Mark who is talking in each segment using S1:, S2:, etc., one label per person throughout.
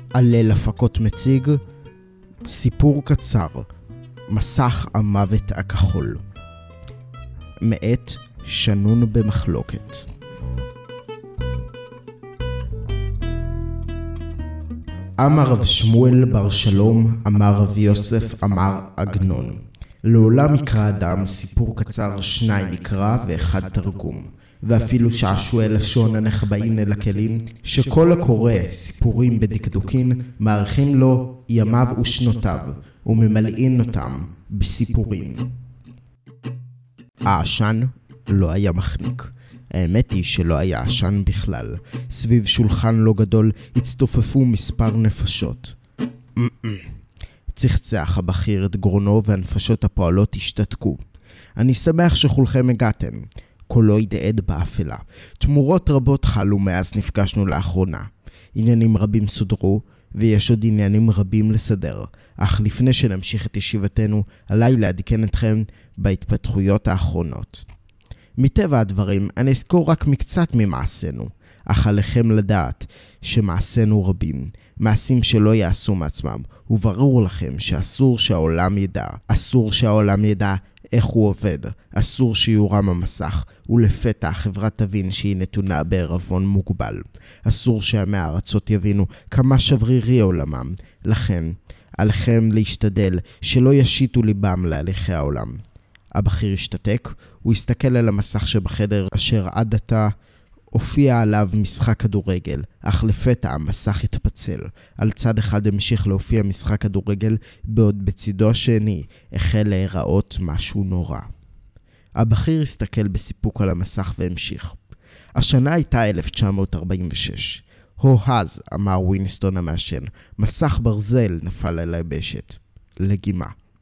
S1: הלל הפקות מציג סיפור קצר, מסך המוות הכחול, מאת שנון במחלוקת. אמר רב שמואל בר שלום, אמר רב יוסף, אמר עגנון, לעולם יקרא אדם סיפור קצר, 2 יקרא ו1 תרגום, ואפילו שעשועי לשון הנחבאים אל הכלים, שכל הקורא סיפורים בדקדוקין, מעריכים לו ימיו ושנותיו, וממלאים אותם בסיפורים. העשן לא היה מחניק. האמת היא שלא היה עשן בכלל. סביב שולחן לא גדול הצטופפו מספר נפשות. צחצח הבכיר את גרונו והנפשות הפועלות השתתקו. אני שמח שכולכם הגעתם. קולו ידעד באפלה. תמורות רבות חלו מאז נפגשנו לאחרונה. עניינים רבים סודרו, ויש עוד עניינים רבים לסדר. אך לפני שנמשיך את ישיבתנו, עליי לעדכן אתכם בהתפתחויות האחרונות. מטבע הדברים, אני אזכור רק מקצת ממעשינו, אך עליכם לדעת שמעשינו רבים, מעשים שלא יעשו מעצמם, וברור לכם שאסור שהעולם ידע. אסור שהעולם ידע איך הוא עובד, אסור שיורם המסך, ולפתע החברה תבין שהיא נתונה בערבון מוגבל. אסור שעמי הארצות יבינו כמה שברירי עולמם, לכן עליכם להשתדל שלא ישיתו ליבם להליכי העולם. הבכיר השתתק, הוא הסתכל על המסך שבחדר אשר עד עתה הופיע עליו משחק כדורגל, אך לפתע המסך התפצל. על צד אחד המשיך להופיע משחק כדורגל, בעוד בצידו השני החל להיראות משהו נורא. הבכיר הסתכל בסיפוק על המסך והמשיך. השנה הייתה 1946. הו-אז, אמר ווינסטון המעשן, מסך ברזל נפל על היבשת. לגימה.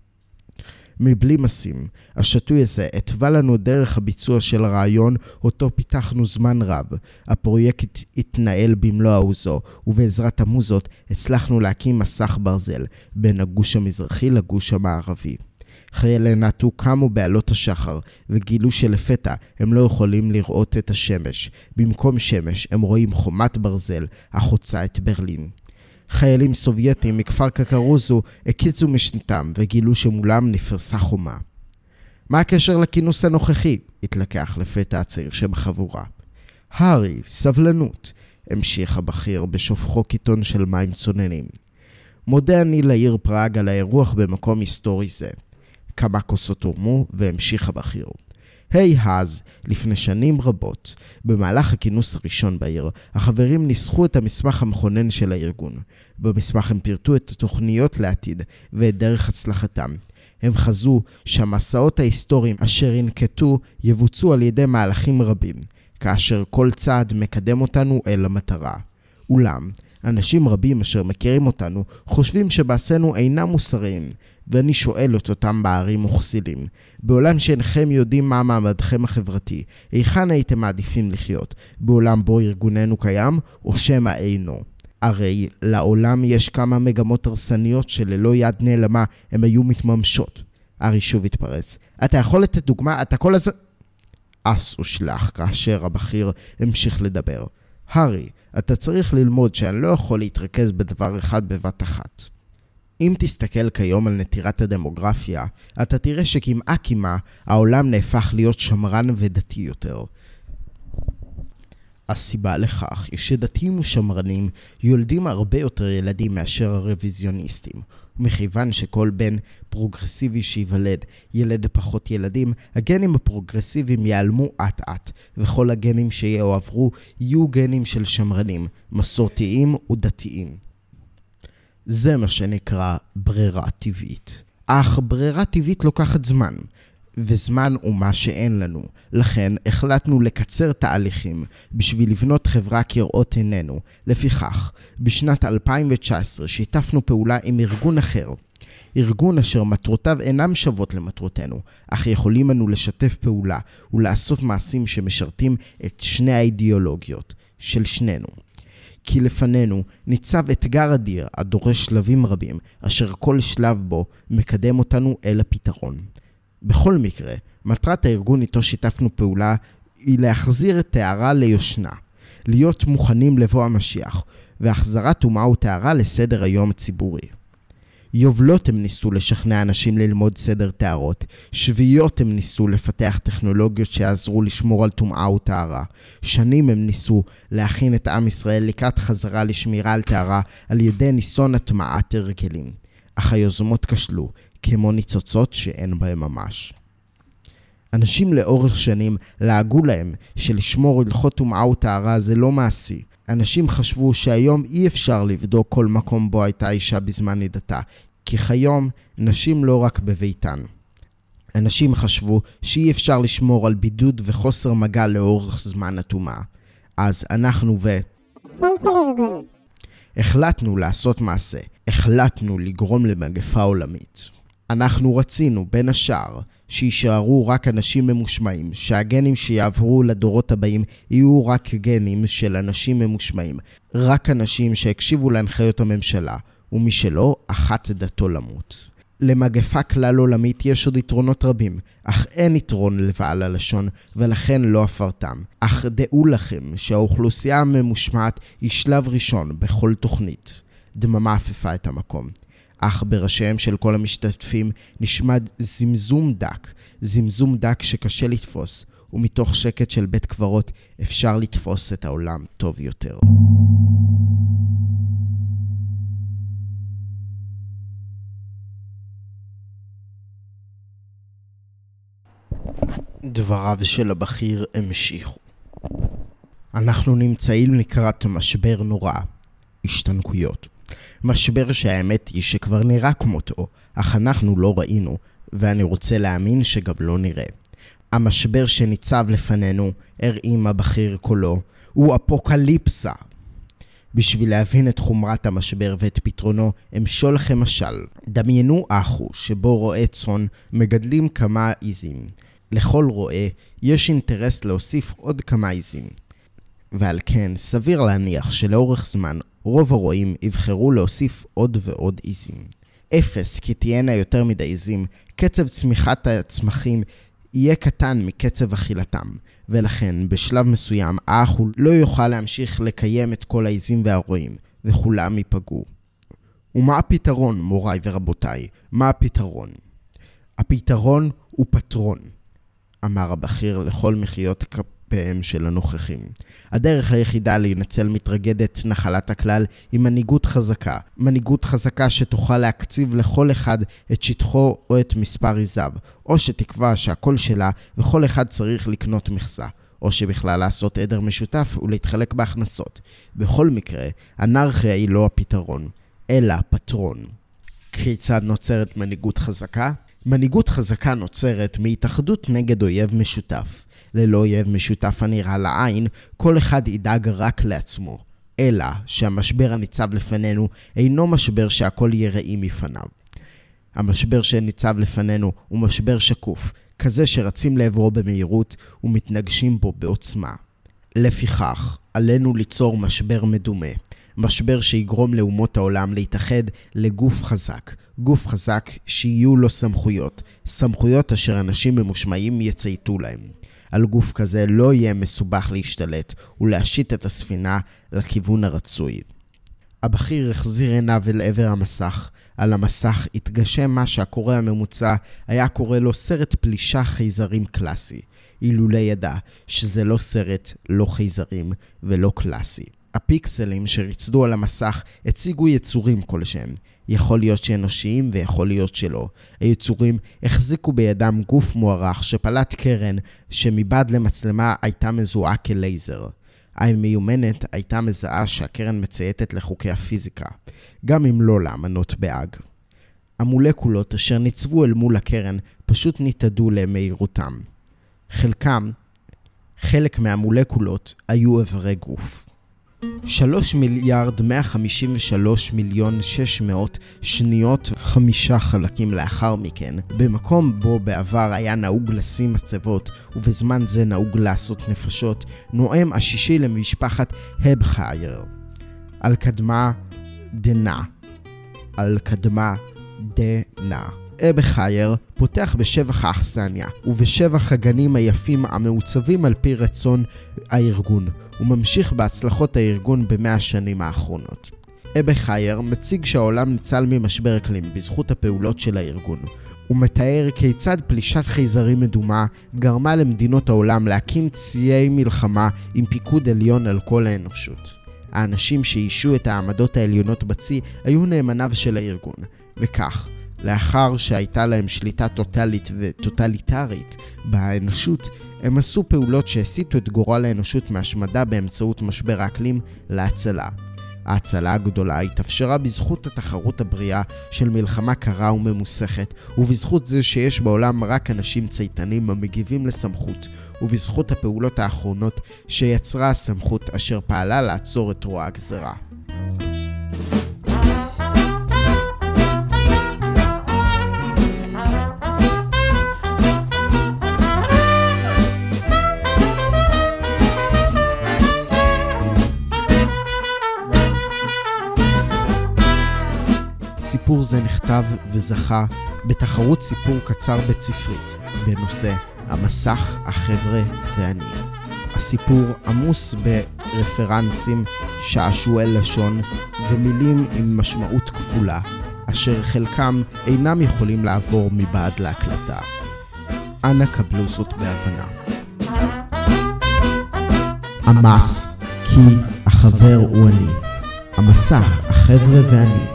S1: מבלי משים, השטוי הזה התווה לנו דרך הביצוע של הרעיון אותו פיתחנו זמן רב. הפרויקט התנהל במלוא העוזו, ובעזרת המוזות הצלחנו להקים מסך ברזל בין הגוש המזרחי לגוש המערבי. חיילי נאט"ו קמו בעלות השחר וגילו שלפתע הם לא יכולים לראות את השמש. במקום שמש הם רואים חומת ברזל החוצה את ברלין. חיילים סובייטים מכפר קקרוזו הקיצו משנתם וגילו שמולם נפרסה חומה. מה הקשר לכינוס הנוכחי? התלקח לפתע הצעיר שבחבורה. הארי, סבלנות, המשיך הבכיר בשופכו קיטון של מים צוננים. מודה אני לעיר פראג על האירוח במקום היסטורי זה. כמה כוסות הורמו והמשיך הבכיר. אז, לפני שנים רבות, במהלך הכינוס הראשון בעיר, החברים ניסחו את המסמך המכונן של הארגון. במסמך הם פירטו את התוכניות לעתיד ואת דרך הצלחתם. הם חזו שהמסעות ההיסטוריים אשר ינקטו יבוצעו על ידי מהלכים רבים, כאשר כל צעד מקדם אותנו אל המטרה. אולם, אנשים רבים אשר מכירים אותנו חושבים שבעשינו אינם מוסריים, ואני שואל אותם בערים וכסילים, בעולם שאינכם יודעים מה מעמדכם החברתי, היכן הייתם מעדיפים לחיות, בעולם בו ארגוננו קיים או שמא אינו? הרי לעולם יש כמה מגמות הרסניות שללא יד נעלמה הם היו מתממשות. הארי שוב התפרץ. אתה יכול לתת דוגמה? אתה כל הזמן... אס ושלח כאשר הבכיר המשיך לדבר. הארי, אתה צריך ללמוד שאני לא יכול להתרכז בדבר אחד בבת אחת. אם תסתכל כיום על נטירת הדמוגרפיה, אתה תראה שכמעט העולם נהפך להיות שמרן ודתי יותר. הסיבה לכך היא שדתיים ושמרנים יולדים הרבה יותר ילדים מאשר הרוויזיוניסטים. ומכיוון שכל בן פרוגרסיבי שיוולד ילד פחות ילדים, הגנים הפרוגרסיביים ייעלמו עט-עט, וכל הגנים שיעברו יהיו גנים של שמרנים, מסורתיים ודתיים. זה מה שנקרא ברירה טבעית. אך ברירה טבעית לוקחת זמן, וזמן הוא מה שאין לנו. לכן החלטנו לקצר תהליכים בשביל לבנות חברה כראות עינינו. לפיכך, בשנת 2019 שיתפנו פעולה עם ארגון אחר. ארגון אשר מטרותיו אינם שוות למטרותינו, אך יכולים לנו לשתף פעולה ולעשות מעשים שמשרתים את שני האידיאולוגיות של שנינו. כי לפנינו ניצב אתגר אדיר הדורש שלבים רבים, אשר כל שלב בו מקדם אותנו אל הפתרון. בכל מקרה, מטרת הארגון איתו שיתפנו פעולה היא להחזיר את טהרה ליושנה. להיות מוכנים לבוא המשיח, והחזרת טומאה וטהרה לסדר היום הציבורי. יובלות הם ניסו לשכנע אנשים ללמוד סדר טהרות, שביעיות הם ניסו לפתח טכנולוגיות שיעזרו לשמור על טומאה וטהרה, שנים הם ניסו להכין את עם ישראל לקראת חזרה לשמירה על טהרה על ידי ניסיון הטמעת הרגלים, אך היוזמות כשלו, כמו ניצוצות שאין בהם ממש. אנשים לאורך שנים לעגו להם שלשמור הלכות טומאה וטהרה זה לא מעשי. אנשים חשבו שהיום אי אפשר לבדוק כל מקום בו הייתה אישה בזמן נידתה, כי כיום נשים לא רק בביתן. אנשים חשבו שאי אפשר לשמור על בידוד וחוסר מגע לאורך זמן הטומאה. אז אנחנו החלטנו לעשות מעשה, החלטנו לגרום למגפה עולמית. אנחנו רצינו בין השאר שישארו רק אנשים ממושמעים, שהגנים שיעברו לדורות הבאים יהיו רק גנים של אנשים ממושמעים, רק אנשים שהקשיבו להנחיות הממשלה, ומי שלא, אחת דתו למות. למגפה כלל עולמית יש עוד יתרונות רבים, אך אין יתרון לבעל הלשון, ולכן לא אפרתם. אך דעו לכם שהאוכלוסייה הממושמעת היא שלב ראשון בכל תוכנית. דממה אפפה את המקום. אך בראשיהם של כל המשתתפים נשמע זמזום דק שקשה לתפוס, ומתוך שקט של בית קברות אפשר לתפוס את העולם טוב יותר. דבריו של הבכיר המשיכו. אנחנו נמצאים לקראת משבר נורא, השתנקויות. משבר שהאמת היא שכבר נראה כמותו, אך אנחנו לא ראינו, ואני רוצה להאמין שגם לא נראה. המשבר שניצב לפנינו, הרעים הבכיר קולו, הוא אפוקליפסה. בשביל להבין את חומרת המשבר ואת פתרונו, אמשול לכם משל. דמיינו אחו שבו רועה צאן מגדלים כמה עיזים. לכל רועה יש אינטרס להוסיף עוד כמה עיזים. ועל כן סביר להניח שלאורך זמן רוב הרועים יבחרו להוסיף עוד ועוד עיזים. אפס כי תהיינה יותר מדי עיזים, קצב צמיחת הצמחים יהיה קטן מקצב אכילתם, ולכן בשלב מסוים האחו לא יוכל להמשיך לקיים את כל העיזים והרועים, וכולם ייפגעו. ומה הפתרון, מוריי ורבותיי? מה הפתרון? הפתרון הוא פטרון, אמר הבכיר לכל מחיות כפיהם של הנוכחים. הדרך היחידה להינצל מתרגדת נחלת הכלל היא מנהיגות חזקה. מנהיגות חזקה שתוכל להקציב לכל אחד את שטחו או את מספר עיזיו, או שתקבע שהכל שלה וכל אחד צריך לקנות מכסה, או שבכלל לעשות עדר משותף ולהתחלק בהכנסות. בכל מקרה, אנרכיה היא לא הפתרון, אלא פטרון. כיצד נוצרת מנהיגות חזקה? מנהיגות חזקה נוצרת מהתאחדות נגד אויב משותף. ללא אויב משותף הנראה לעין, כל אחד ידאג רק לעצמו. אלא שהמשבר הניצב לפנינו אינו משבר שהכל יראה מפניו. המשבר שניצב לפנינו הוא משבר שקוף, כזה שרצים לעברו במהירות ומתנגשים בו בעוצמה. לפיכך, עלינו ליצור משבר מדומה. משבר שיגרום לאומות העולם להתאחד לגוף חזק. גוף חזק שיהיו לו סמכויות. סמכויות אשר אנשים ממושמעים יצייתו להם. על גוף כזה לא יהיה מסובך להשתלט ולהשית את הספינה לכיוון הרצוי. הבכיר החזיר עיניו אל עבר המסך. על המסך התגשם מה שהקורא הממוצע היה קורא לו סרט פלישה חייזרים קלאסי. אילולא ידע שזה לא סרט, לא חייזרים ולא קלאסי. הפיקסלים שריצדו על המסך הציגו יצורים כלשהם. יכול להיות שאנושיים ויכול להיות שלא. היצורים החזיקו בידם גוף מוערך שפלט קרן שמבעד למצלמה הייתה מזוהה כלייזר. המיומנת הייתה מזהה שהקרן מצייתת לחוקי הפיזיקה, גם אם לא לאמנות בהאג. המולקולות אשר ניצבו אל מול הקרן פשוט ניתדו למהירותם. חלק מהמולקולות היו איברי גוף. 3,153,600,000 שניות 5 חלקים לאחר מכן, במקום בו בעבר היה נהוג לשים מצבות ובזמן זה נהוג לעשות נפשות, נואם השישי למשפחת הבחייר. על קדמה דנה. אבא חייר פותח בשבח האכסניה ובשבח הגנים היפים המעוצבים על פי רצון הארגון, וממשיך בהצלחות הארגון ב100 השנים האחרונות. אבא חייר מציג שהעולם ניצל ממשבר אקלים בזכות הפעולות של הארגון. הוא מתאר כיצד פלישת חייזרים מדומה גרמה למדינות העולם להקים ציי מלחמה עם פיקוד עליון על כל האנושות. האנשים שאישו את העמדות העליונות בצי היו נאמניו של הארגון, וכך, לאחר שהייתה להם שליטה טוטלית וטוטליטרית באנושות, הם עשו פעולות שהסיטו את גורל האנושות מהשמדה באמצעות משבר האקלים להצלה. ההצלה הגדולה התאפשרה בזכות התחרות הבריאה של מלחמה קרה וממוסכת, ובזכות זה שיש בעולם רק אנשים צייתנים המגיבים לסמכות, ובזכות הפעולות האחרונות שיצרה הסמכות אשר פעלה לעצור את רוע הגזרה. סיפור זה נכתב וזכה בתחרות סיפור קצר בית ספרית בנושא המסך, החבר'ה ואני. הסיפור עמוס ברפרנסים, שעשועי לשון ומילים עם משמעות כפולה, אשר חלקם אינם יכולים לעבור מבעד להקלטה. אנא קבלו זאת בהבנה. המס, כי החבר הוא אני. המסך, החבר'ה ואני.